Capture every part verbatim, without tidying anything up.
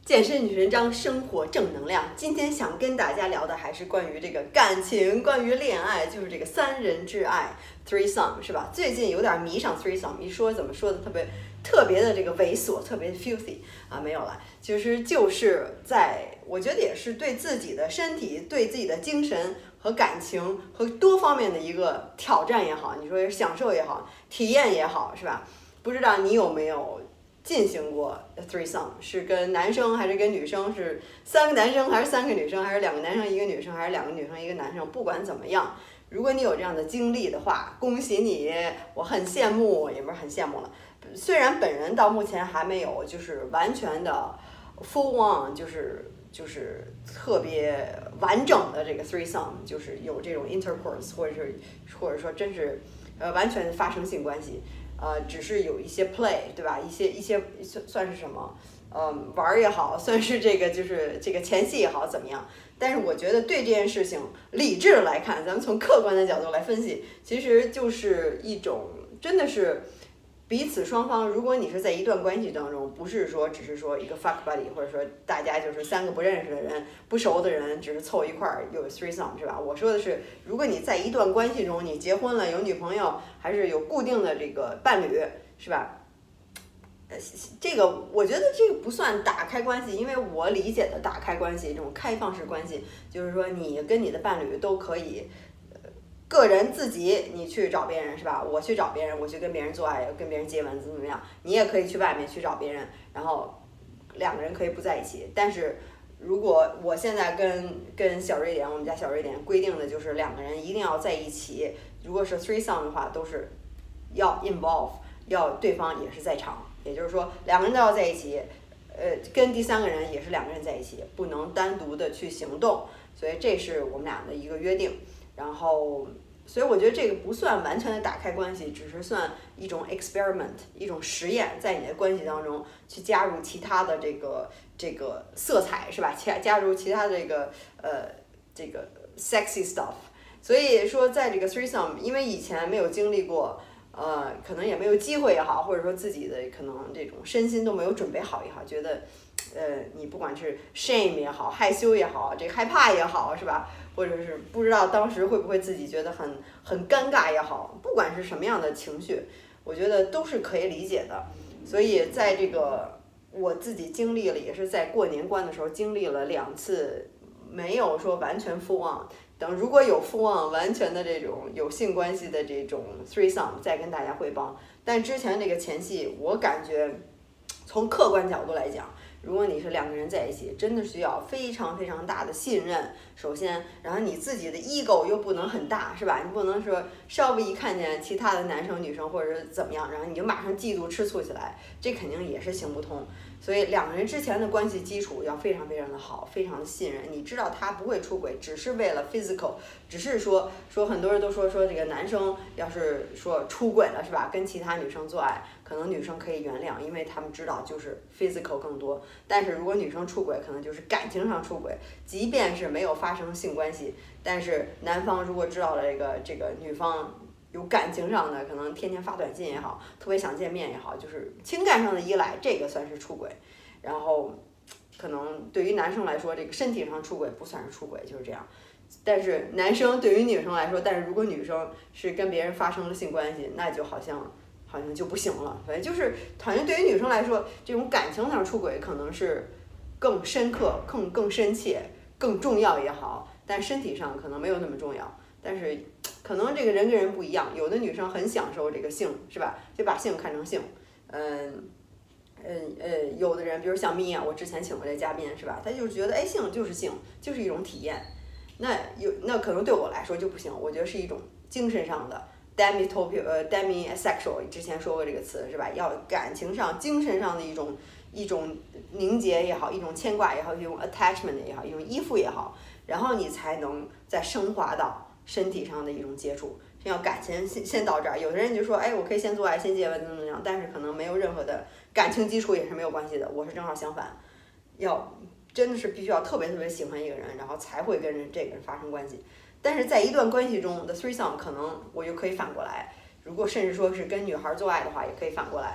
健身女神张，生活正能量。今天想跟大家聊的还是关于这个感情，关于恋爱，就是这个三人之爱 threesome 是吧？最近有点迷上 threesome， 一说怎么说的特别特别的这个猥琐，特别 filthy 啊，没有了，其实就是在我觉得也是对自己的身体、对自己的精神和感情和多方面的一个挑战也好，你说是享受也好，体验也好，是吧？不知道你有没有进行过 threesome， 是跟男生还是跟女生，是三个男生还是三个女生，还是两个男生一个女生，还是两个女生一个男生，不管怎么样，如果你有这样的经历的话，恭喜你，我很羡慕，也不是很羡慕了。虽然本人到目前还没有就是完全的 full on， 就是就是特别完整的这个 threesome， 就是有这种 intercourse， 或者是或者说真是呃完全发生性关系。呃，只是有一些 play， 对吧？一些一些算算是什么？呃，玩也好，算是这个就是这个前戏也好，怎么样？但是我觉得对这件事情理智的来看，咱们从客观的角度来分析，其实就是一种真的是彼此双方，如果你是在一段关系当中，不是说只是说一个 fuck buddy， 或者说大家就是三个不认识的人、不熟的人，只是凑一块儿有 threesome 是吧？我说的是，如果你在一段关系中，你结婚了，有女朋友，还是有固定的这个伴侣，是吧？呃，这个我觉得这个不算打开关系，因为我理解的打开关系，这种开放式关系，就是说你跟你的伴侣都可以。个人自己，你去找别人是吧？我去找别人，我去跟别人做爱，跟别人接吻，怎么怎么样？你也可以去外面去找别人，然后两个人可以不在一起。但是如果我现在跟跟小瑞典，我们家小瑞典规定的就是两个人一定要在一起。如果是 threesome 的话，都是要 involve， 要对方也是在场，也就是说两个人都要在一起。呃，跟第三个人也是两个人在一起，不能单独的去行动。所以这是我们俩的一个约定。然后，所以我觉得这个不算完全的打开关系，只是算一种 experiment， 一种实验，在你的关系当中去加入其他的这个这个色彩，是吧？加加入其他的这个呃这个 sexy stuff。所以说，在这个 threesome， 因为以前没有经历过，呃，可能也没有机会也好，或者说自己的可能这种身心都没有准备好也好，觉得。呃，你不管是 shame 也好，害羞也好，这个害怕也好，是吧？或者是不知道当时会不会自己觉得很很尴尬也好，不管是什么样的情绪，我觉得都是可以理解的。所以在这个我自己经历了，也是在过年关的时候经历了两次，没有说完全 full on。等如果有 full on 完全的这种有性关系的这种 threesome， 再跟大家汇报。但之前这个前戏，我感觉从客观角度来讲。如果你是两个人在一起，真的需要非常非常大的信任。首先，然后你自己的 ego 又不能很大，是吧？你不能说稍微一看见其他的男生女生或者是怎么样，然后你就马上嫉妒吃醋起来，这肯定也是行不通。所以两个人之前的关系基础要非常非常的好，非常的信任。你知道他不会出轨，只是为了 physical， 只是说说很多人都说说这个男生要是说出轨了，是吧？跟其他女生做爱，可能女生可以原谅，因为他们知道就是 physical 更多。但是如果女生出轨，可能就是感情上出轨，即便是没有发生性关系，但是男方如果知道了这个这个女方有感情上的，可能天天发短信也好，特别想见面也好，就是情感上的依赖，这个算是出轨。然后可能对于男生来说，这个身体上出轨不算是出轨，就是这样。但是男生对于女生来说，但是如果女生是跟别人发生了性关系，那就好像好像就不行了。反正就是好像对于女生来说，这种感情上出轨可能是更深刻、更更深切、更重要也好，但身体上可能没有那么重要。但是可能这个人跟人不一样，有的女生很享受这个性，是吧？就把性看成性。嗯嗯呃，有的人，比如像咪啊，我之前请过这嘉宾，是吧？他就是觉得，哎，性就是性，就是一种体验。那有那可能对我来说就不行，我觉得是一种精神上的 demitopia 呃 demisexual， 之前说过这个词，是吧？要感情上、精神上的一种一种凝结也好，一种牵挂也好，一种 attachment 也好，一种依附也好，然后你才能再升华到身体上的一种接触。要感情先先到这儿，有的人就说，哎，我可以先做爱，先接吻，怎么怎么样，但是可能没有任何的感情基础也是没有关系的。我是正好相反，要真的是必须要特别特别喜欢一个人，然后才会跟人这个人发生关系。但是在一段关系中的 threesome， 可能我就可以反过来，如果甚至说是跟女孩做爱的话，也可以反过来。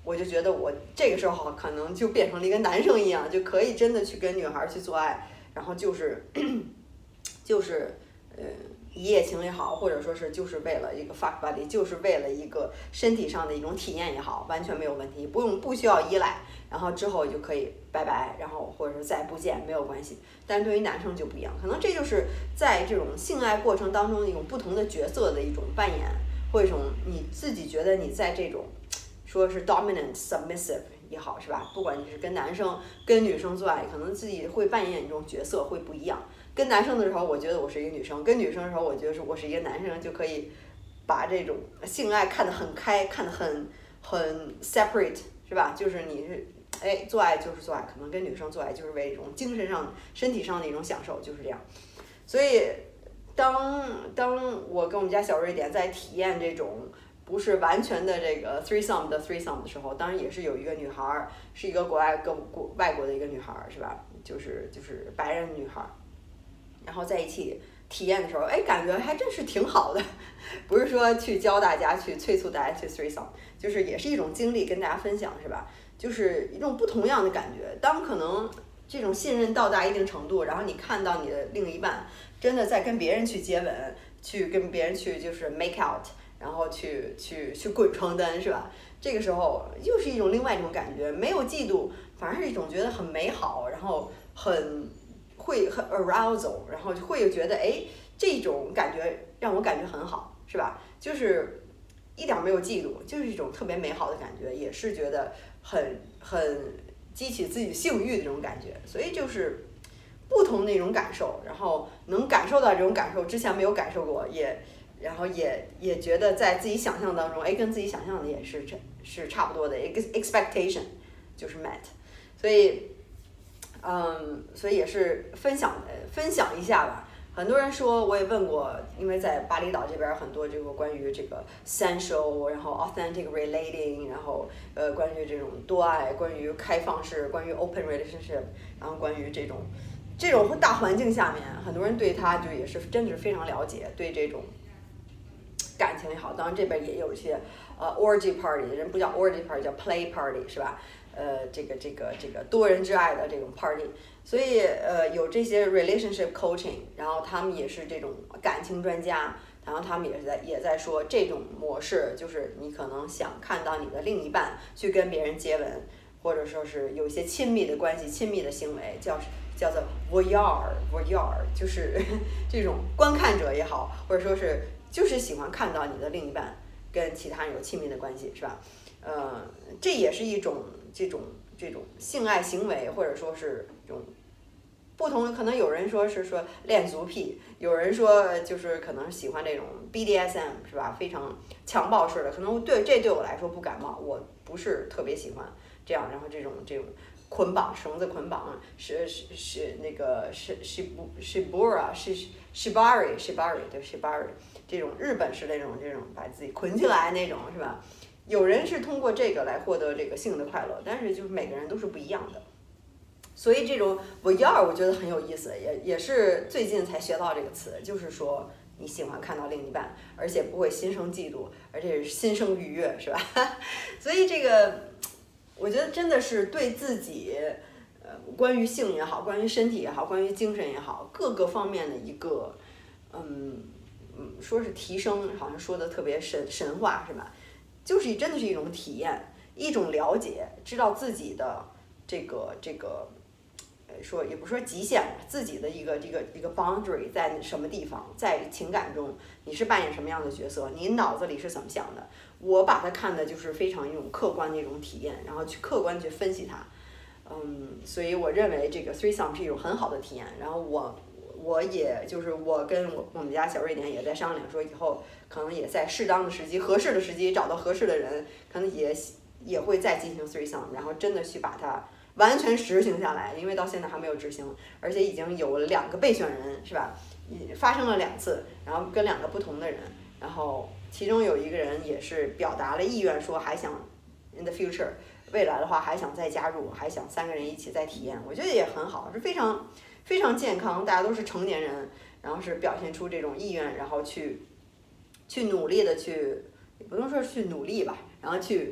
我就觉得我这个时候可能就变成了一个男生一样，就可以真的去跟女孩去做爱，然后就是就是呃一夜情也好，或者说是就是为了一个 fuck buddy， 就是为了一个身体上的一种体验也好，完全没有问题，不用不需要依赖，然后之后就可以拜拜，然后或者是再不见没有关系。但是对于男生就不一样，可能这就是在这种性爱过程当中的一种不同的角色的一种扮演，或者一种你自己觉得你在这种说是 dominant submissive 也好，是吧？不管你是跟男生跟女生做爱，可能自己会扮演一种角色会不一样。跟男生的时候，我觉得我是一个女生；跟女生的时候，我觉得是我是一个男生，就可以把这种性爱看得很开，看得很很 separate， 是吧？就是你是哎做爱就是做爱，可能跟女生做爱就是为一种精神上、身体上的一种享受，就是这样。所以当当我跟我们家小瑞典在体验这种不是完全的这个 threesome 的 threesome 的时候，当然也是有一个女孩，是一个国外国国外国的一个女孩，是吧？就是就是白人女孩。然后在一起体验的时候，哎，感觉还真是挺好的，不是说去教大家去催促大家去 threesome， 就是也是一种经历跟大家分享，是吧？就是一种不同样的感觉。当可能这种信任到达一定程度，然后你看到你的另一半真的在跟别人去接吻，去跟别人去就是 make out， 然后去去去滚床单，是吧？这个时候又是一种另外一种感觉，没有嫉妒，反而是一种觉得很美好，然后很。会很 arousal， 然后就会觉得哎，这种感觉让我感觉很好，是吧？就是一点没有嫉妒，就是一种特别美好的感觉，也是觉得很很激起自己性欲的这种感觉，所以就是不同的一种感受，然后能感受到这种感受，之前没有感受过，也然后也也觉得在自己想象当中，哎，跟自己想象的也是是差不多的 expectation 就是 met， 所以。嗯，所以也是分享分享一下吧。很多人说，我也问过，因为在巴厘岛这边很多这个关于这个 sensual， 然后 authentic relating， 然后呃关于这种多爱，关于开放式，关于 open relationship， 然后关于这种这种大环境下面，很多人对他就也是真的是非常了解，对这种感情也好。当然这边也有一些呃 orgy party， 人不叫 orgy party， 叫 play party， 是吧？呃，这个这个这个多人之爱的这种 party， 所以呃有这些 relationship coaching， 然后他们也是这种感情专家，然后他们也是在也在说这种模式，就是你可能想看到你的另一半去跟别人接吻，或者说是有一些亲密的关系、亲密的行为，叫叫做 voyeur voyeur， 就是这种观看者也好，或者说是就是喜欢看到你的另一半跟其他人有亲密的关系，是吧？呃，这也是一种。这种这种性爱行为，或者说是这种不同，可能有人说是说恋足癖，有人说就是可能喜欢这种 B D S M， 是吧？非常强暴式的，可能对这对我来说不感冒，我不是特别喜欢这样。然后这种这种捆绑绳子捆绑是是是那个是是不是 shibura 是 shibari shibari 对 shibari 这种日本式的这种这种把自己捆起来那种，是吧？有人是通过这个来获得这个性的快乐，但是就是每个人都是不一样的，所以这种 voyeur 我觉得很有意思，也也是最近才学到这个词，就是说你喜欢看到另一半，而且不会心生嫉妒，而且是心生愉悦，是吧？所以这个我觉得真的是对自己，呃，关于性也好，关于身体也好，关于精神也好，各个方面的一个，嗯嗯，说是提升，好像说的特别神神话，是吧？就是真的是一种体验，一种了解，知道自己的这个这个，呃，说也不说极限，自己的一个这个一个 boundary 在什么地方，在情感中你是扮演什么样的角色，你脑子里是怎么想的？我把它看的就是非常一种客观的一种体验，然后去客观去分析它，嗯，所以我认为这个 threesome 是一种很好的体验，然后我。我也就是我跟我我们家小瑞典也在商量说，以后可能也在适当的时机、合适的时机找到合适的人，可能也也会再进行 threesome， 然后真的去把它完全实行下来，因为到现在还没有执行，而且已经有两个备选人，是吧？发生了两次，然后跟两个不同的人，然后其中有一个人也是表达了意愿，说还想 in the future 未来的话还想再加入，还想三个人一起再体验，我觉得也很好，是非常。非常健康，大家都是成年人，然后是表现出这种意愿，然后去去努力的去，也不能说去努力吧，然后去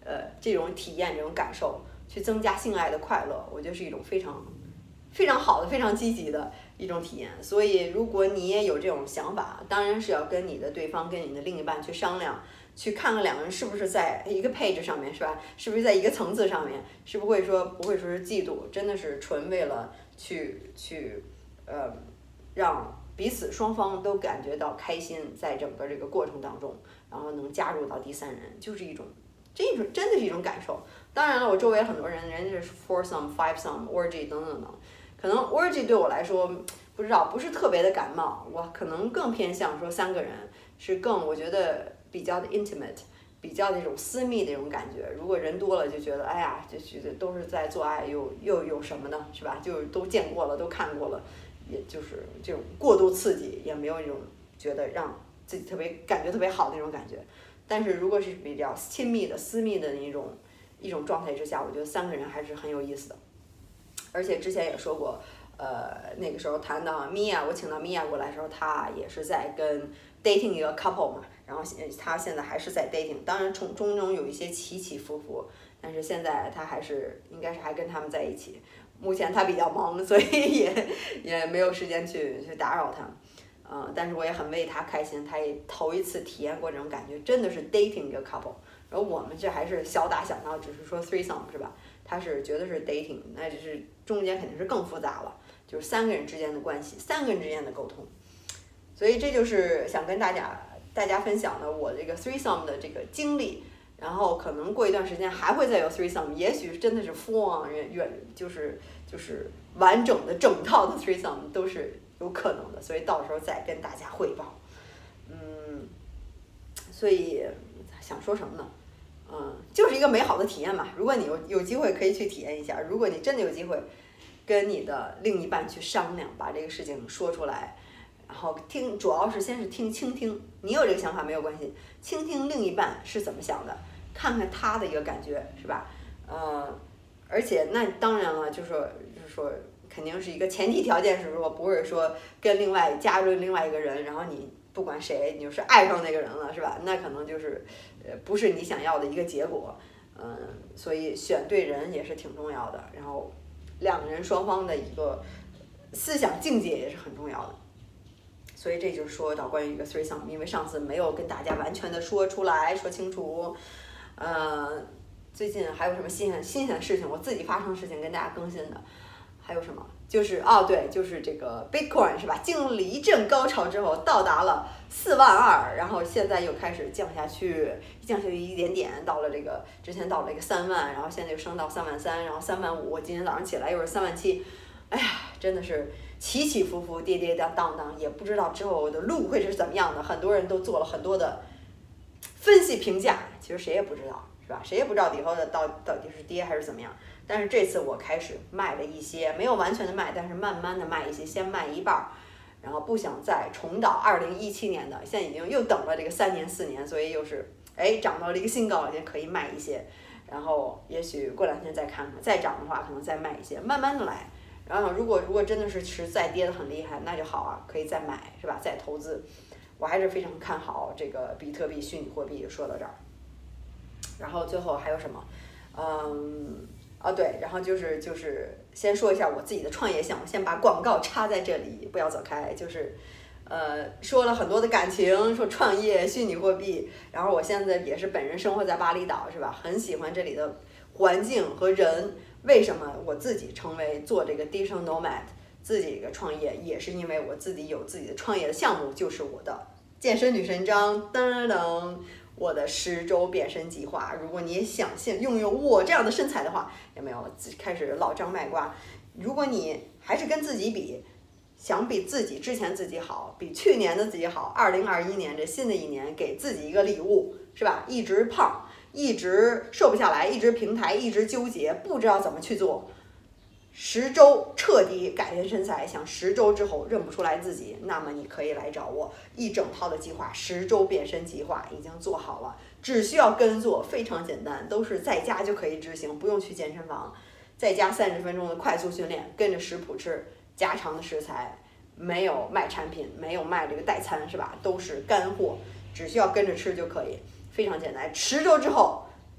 呃这种体验这种感受，去增加性爱的快乐，我觉得是一种非常非常好的非常积极的一种体验。所以如果你也有这种想法，当然是要跟你的对方跟你的另一半去商量，去看看两个人是不是在一个 page 上面，是吧？是不是在一个层次上面？是不会说不会说是嫉妒，真的是纯为了去去呃让彼此双方都感觉到开心，在整个这个过程当中，然后能加入到第三人，就是一种这一种真的是一种感受。当然了，我周围很多人，人家是 foursome、fivesome、orgy 等等等，可能 orgy 对我来说不知道不是特别的感冒，我可能更偏向说三个人是更我觉得比较的 intimate， 比较那种私密的那种感觉。如果人多了就觉得哎呀，就觉得都是在做爱，又又有什么呢，是吧？就都见过了，都看过了，也就是这种过度刺激，也没有那种觉得让自己特别感觉特别好的那种感觉。但是如果是比较亲密的私密的那种一种状态之下，我觉得三个人还是很有意思的。而且之前也说过，呃，那个时候谈到米娅，我请到米娅过来的时候，她也是在跟 dating 一个 couple 嘛，然后她现在还是在 dating， 当然从中中有一些起起伏伏，但是现在她还是应该是还跟他们在一起。目前她比较忙，所以也也没有时间去去打扰她。呃，但是我也很为他开心，他也头一次体验过这种感觉，真的是 dating 一个 couple。然后我们这还是小打小闹，只是说 threesome 是吧？他是觉得是 dating， 那就是中间肯定是更复杂了，就是三个人之间的关系，三个人之间的沟通。所以这就是想跟大家大家分享的我这个 threesome 的这个经历。然后可能过一段时间还会再有 threesome， 也许真的是 full on 远就是就是完整的整套的 threesome 都是有可能的，所以到时候再跟大家汇报。嗯，所以想说什么呢？嗯，就是一个美好的体验嘛。如果你有有机会可以去体验一下，如果你真的有机会跟你的另一半去商量，把这个事情说出来，然后听，主要是先是听倾听，你有这个想法没有关系，倾听另一半是怎么想的，看看他的一个感觉，是吧？呃，而且那当然了，就是说就是说。肯定是一个前提条件是说，不是说跟另外加入另外一个人，然后你不管谁，你就是爱上那个人了，是吧？那可能就是呃不是你想要的一个结果。嗯，所以选对人也是挺重要的，然后两个人双方的一个思想境界也是很重要的。所以这就是说到关于一个 threesome， 因为上次没有跟大家完全的说出来说清楚。呃，最近还有什么新鲜新鲜的事情，我自己发生的事情跟大家更新的。还有什么？就是哦，对，就是这个 Bitcoin 是吧？经历了一阵高潮之后，到达了四万二，然后现在又开始降下去，降下去一点点，到了这个之前到了一个三万，然后现在又升到三万三，然后三万五，今天早上起来又是三万七，哎呀，真的是起起伏伏，跌跌当当当，也不知道之后的路会是怎么样的。很多人都做了很多的分析评价，其实谁也不知道，是吧？谁也不知道以后的到到底是跌还是怎么样。但是这次我开始卖了一些，没有完全的卖，但是慢慢的卖一些，先卖一半儿，然后不想再重蹈二零一七年的，现在已经又等了这个三年四年，所以又是哎涨到了一个新高，也可以卖一些，然后也许过两天再看看，再涨的话可能再卖一些，慢慢的来。然后如果如果真的是是再跌得很厉害，那就好啊，可以再买，是吧？再投资。我还是非常看好这个比特币、虚拟货币。说到这儿，然后最后还有什么？嗯。啊对，然后就是就是先说一下我自己的创业项目，先把广告插在这里，不要走开。就是，呃，说了很多的感情，说创业、虚拟货币，然后我现在也是本人生活在巴厘岛，是吧？很喜欢这里的环境和人。为什么我自己成为做这个 digital nomad， 自己一个创业，也是因为我自己有自己的创业的项目，就是我的健身女神章，噔噔。我的十周变身计划，如果你也想现拥有我这样的身材的话，也没有了，开始老张卖瓜。如果你还是跟自己比，想比自己之前自己好，比去年的自己好，二零二一年这新的一年给自己一个礼物，是吧？一直胖，一直瘦不下来，一直平台，一直纠结，不知道怎么去做。十周彻底改变身材，想十周之后认不出来自己，那么你可以来找我，一整套的计划，十周变身计划已经做好了，只需要跟做，非常简单，都是在家就可以执行，不用去健身房，在家三十分钟的快速训练，跟着食谱吃，家常的食材，没有卖产品，没有卖这个代餐，是吧？都是干货，只需要跟着吃就可以，非常简单。十周之后，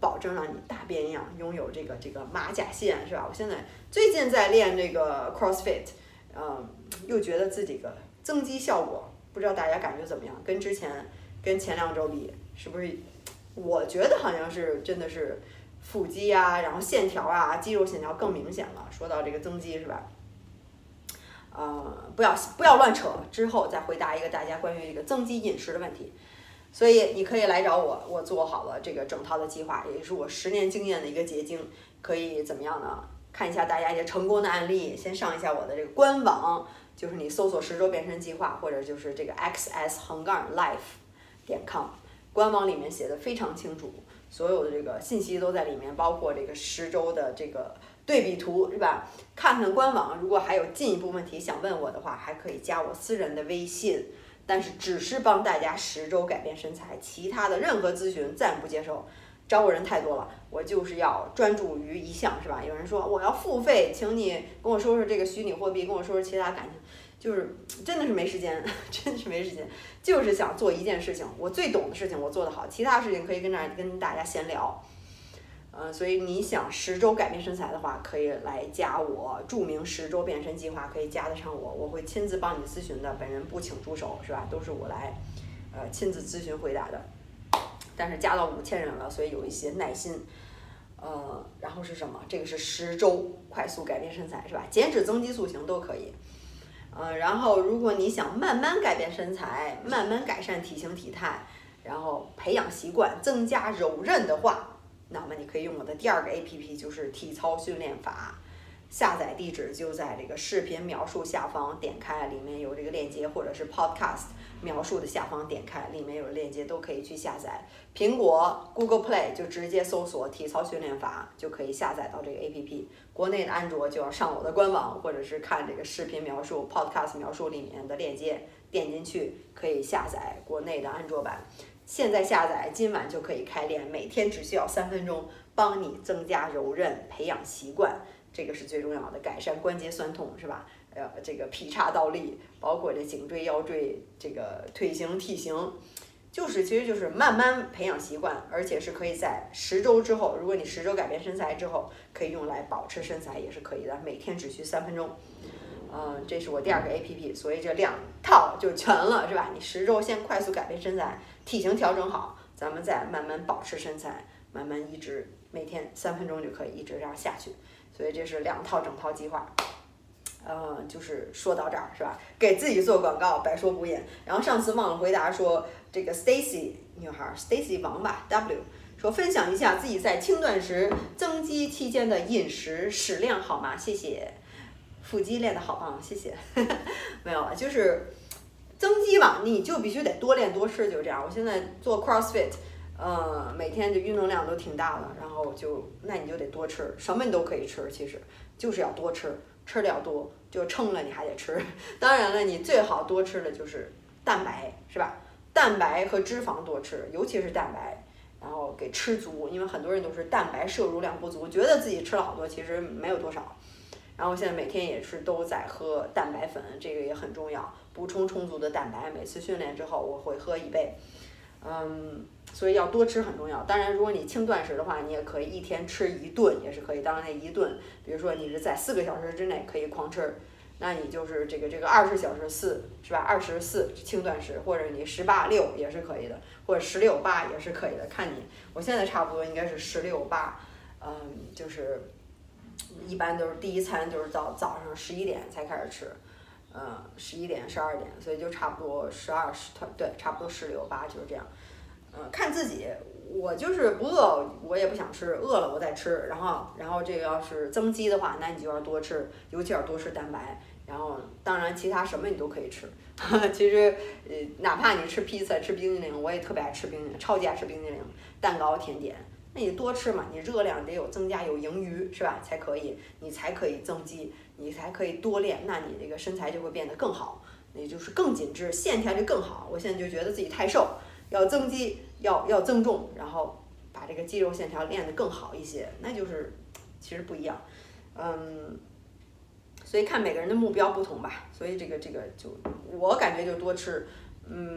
保证让你大变样，拥有这个这个马甲线，是吧？我现在最近在练这个 CrossFit， 嗯，又觉得自己个增肌效果，不知道大家感觉怎么样？跟之前跟前两周比，是不是？我觉得好像是真的是腹肌啊，然后线条啊，肌肉线条更明显了。说到这个增肌，是吧？呃，不要不要乱扯，之后再回答一个大家关于这个增肌饮食的问题。所以你可以来找我，我做好了这个整套的计划，也是我十年经验的一个结晶。可以怎么样呢？看一下大家一些成功的案例，先上一下我的这个官网，就是你搜索十周变身计划，或者就是这个 x s 横杠 life 点 com， 官网里面写的非常清楚，所有的这个信息都在里面，包括这个十周的这个对比图，是吧？看看官网，如果还有进一步问题想问我的话，还可以加我私人的微信。但是只是帮大家十周改变身材，其他的任何咨询暂不接受。招我人太多了，我就是要专注于一项，是吧？有人说我要付费，请你跟我说说这个虚拟货币，跟我说说其他感情，就是真的是没时间，真的是没时间，就是想做一件事情，我最懂的事情我做得好，其他事情可以跟这儿跟大家闲聊。呃，所以你想十周改变身材的话，可以来加我，著名十周变身计划，可以加得上我，我会亲自帮你咨询的，本人不请助手，是吧？都是我来，呃，亲自咨询回答的。但是加到五千人了，所以有一些耐心。呃，然后是什么？这个是十周快速改变身材，是吧？减脂、增肌、塑形都可以。呃，然后如果你想慢慢改变身材，慢慢改善体型体态，然后培养习惯，增加柔韧的话，那么你可以用我的第二个 A P P， 就是体操训练法，下载地址就在这个视频描述下方，点开里面有这个链接，或者是 Podcast 描述的下方点开，里面有链接都可以去下载。苹果 Google Play 就直接搜索体操训练法就可以下载到这个 A P P， 国内的安卓就要上我的官网，或者是看这个视频描述 Podcast 描述里面的链接，点进去可以下载国内的安卓版。现在下载，今晚就可以开练，每天只需要三分钟，帮你增加柔韧，培养习惯，这个是最重要的，改善关节酸痛，是吧？呃，这个劈叉倒立，包括这颈椎、腰椎，这个腿型、体型，就是其实就是慢慢培养习惯，而且是可以在十周之后，如果你十周改变身材之后，可以用来保持身材也是可以的，每天只需三分钟。嗯，这是我第二个 A P P， 所以这两套就全了，是吧？你十周先快速改变身材，体型调整好，咱们再慢慢保持身材，慢慢一直每天三分钟就可以一直这样下去。所以这是两套整套计划。呃，就是说到这儿，是吧？给自己做广告，白说不演。然后上次忘了回答说，这个 Stacy 女孩 Stacy 王吧 W 说分享一下自己在轻断食增肌期间的饮食食量好吗？谢谢。腹肌练得好棒，谢谢。没有了，就是增肌吧，你就必须得多练多吃，就这样。我现在做 CrossFit， 呃，每天的运动量都挺大的，然后就那你就得多吃，什么你都可以吃，其实就是要多吃，吃的要多，就撑了你还得吃。当然了，你最好多吃的就是蛋白，是吧？蛋白和脂肪多吃，尤其是蛋白，然后给吃足，因为很多人都是蛋白摄入量不足，觉得自己吃了好多，其实没有多少。然后现在每天也是都在喝蛋白粉，这个也很重要，补充充足的蛋白。每次训练之后我会喝一杯，嗯，所以要多吃很重要。当然，如果你轻断食的话，你也可以一天吃一顿，也是可以。当然那一顿，比如说你是在四个小时之内可以狂吃，那你就是这个这个二十小时四是吧？二十四轻断食，或者你十八六也是可以的，或者十六八也是可以的，看你。我现在差不多应该是十六八，嗯，就是。一般都是第一餐就是到早上十一点才开始吃，嗯，十一点十二点，所以就差不多十二十，对，差不多十六八就是这样，嗯，看自己，我就是不饿我也不想吃，饿了我再吃，然后然后这个要是增肌的话，那你就要多吃，尤其要多吃蛋白，然后当然其他什么你都可以吃，其实呃哪怕你吃披萨吃冰激凌，我也特别爱吃冰激凌，超级爱吃冰激凌，蛋糕甜点。那你多吃嘛，你热量得有增加有盈余是吧？才可以，你才可以增肌，你才可以多练，那你这个身材就会变得更好，也就是更紧致，线条就更好。我现在就觉得自己太瘦，要增肌，要要增重，然后把这个肌肉线条练得更好一些，那就是其实不一样，嗯，所以看每个人的目标不同吧，所以这个这个就我感觉就多吃，嗯。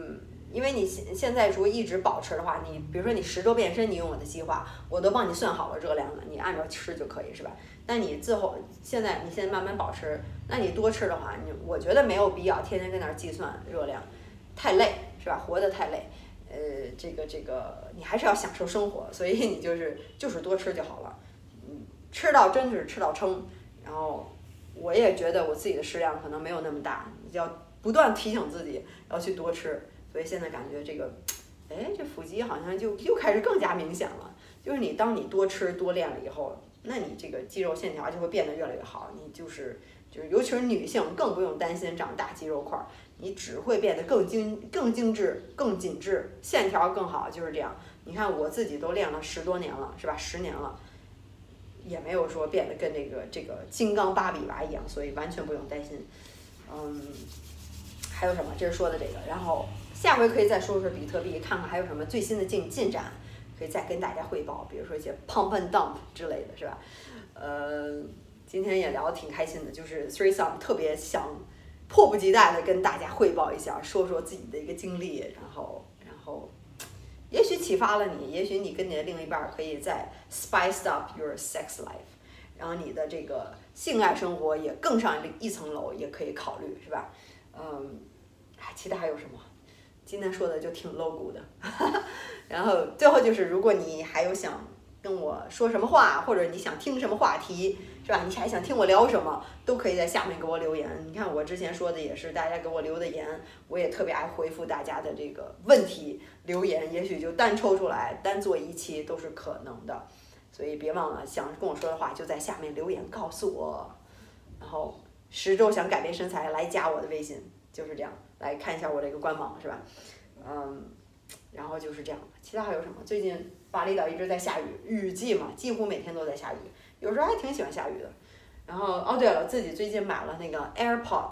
因为你现现在如果一直保持的话，你比如说你十周变身，你用我的计划，我都帮你算好了热量了，你按照吃就可以，是吧？但你最后现在你现在慢慢保持，那你多吃的话，你我觉得没有必要天天跟那儿计算热量，太累，是吧？活得太累。呃，这个这个，你还是要享受生活，所以你就是就是多吃就好了，嗯，吃到真是吃到撑。然后我也觉得我自己的食量可能没有那么大，要不断提醒自己要去多吃。所以现在感觉这个，哎，这腹肌好像就又开始更加明显了。就是你当你多吃多练了以后，那你这个肌肉线条就会变得越来越好。你就是就是尤其是女性更不用担心长大肌肉块儿。你只会变得更精、更精致、更紧致，线条更好，就是这样。你看我自己都练了十多年了，是吧？十年了，也没有说变得跟这个这个金刚芭比娃一样，所以完全不用担心。嗯，还有什么？这是说的这个，然后下回可以再说说比特币，看看还有什么最新的进进展，可以再跟大家汇报，比如说一些 pump and dump 之类的，是吧？呃，今天也聊得挺开心的，就是 Three Sum 特别想。迫不及待的跟大家汇报一下，说说自己的一个经历，然后，然后，也许启发了你，也许你跟你的另一半可以再 spice up your sex life， 然后你的这个性爱生活也更上一层楼，也可以考虑，是吧？嗯，还其他还有什么？今天说的就挺露骨的，然后最后就是，如果你还有想跟我说什么话，或者你想听什么话题。是吧？你还想听我聊什么，都可以在下面给我留言。你看我之前说的也是大家给我留的言，我也特别爱回复大家的这个问题留言，也许就单抽出来单做一期都是可能的。所以别忘了想跟我说的话就在下面留言告诉我。然后十周想改变身材来加我的微信，就是这样，来看一下我这个官网，是吧？嗯，然后就是这样。其他还有什么？最近巴厘岛一直在下雨，雨季嘛，几乎每天都在下雨。有时候还挺喜欢下雨的，然后哦对了，自己最近买了那个 AirPod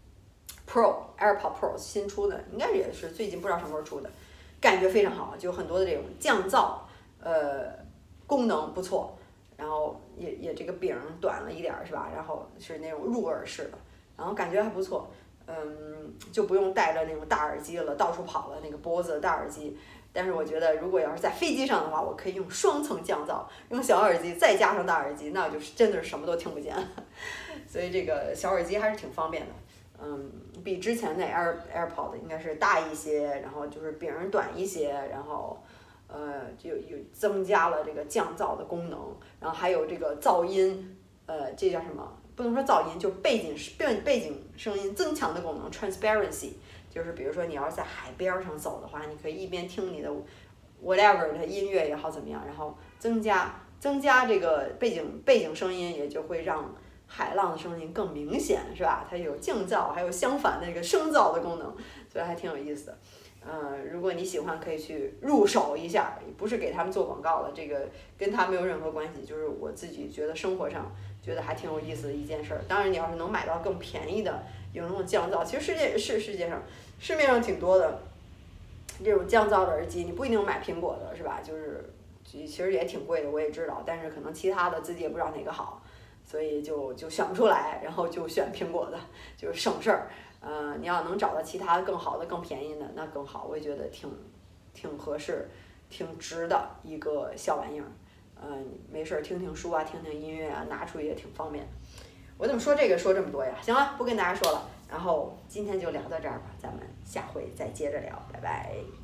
Pro，AirPod Pro 新出的，应该也是最近不知道什么时候出的，感觉非常好，就很多的这种降噪，呃，功能不错，然后也也这个柄短了一点儿是吧？然后是那种入耳式的，然后感觉还不错，嗯，就不用戴着那种大耳机了，到处跑了那个脖子的大耳机。但是我觉得，如果要是在飞机上的话，我可以用双层降噪，用小耳机再加上大耳机，那就是真的是什么都听不见。所以这个小耳机还是挺方便的，嗯，比之前的 Air AirPod 应该是大一些，然后就是柄短一些，然后呃就有增加了这个降噪的功能，然后还有这个噪音，呃，这叫什么？不能说噪音，就背景背背景声音增强的功能 ，transparency。就是比如说你要是在海边上走的话，你可以一边听你的 whatever 的音乐也好怎么样，然后增加增加这个背景背景声音，也就会让海浪的声音更明显，是吧？它有静噪，还有相反的这个声噪的功能，所以还挺有意思的。呃，如果你喜欢，可以去入手一下，不是给他们做广告了，这个跟他没有任何关系，就是我自己觉得生活上觉得还挺有意思的一件事儿。当然，你要是能买到更便宜的。有那种降噪，其实世界是世界上市面上挺多的这种降噪的耳机，你不一定买苹果的，是吧？就是其实也挺贵的，我也知道，但是可能其他的自己也不知道哪个好，所以就就选不出来，然后就选苹果的，就是省事儿。呃，你要能找到其他更好的、更便宜的，那更好，我也觉得挺挺合适、挺值的一个小玩意儿。嗯、呃，没事儿听听书啊，听听音乐啊，拿出也挺方便。我怎么说这个说这么多呀？行了，不跟大家说了，然后今天就聊到这儿吧，咱们下回再接着聊，拜拜。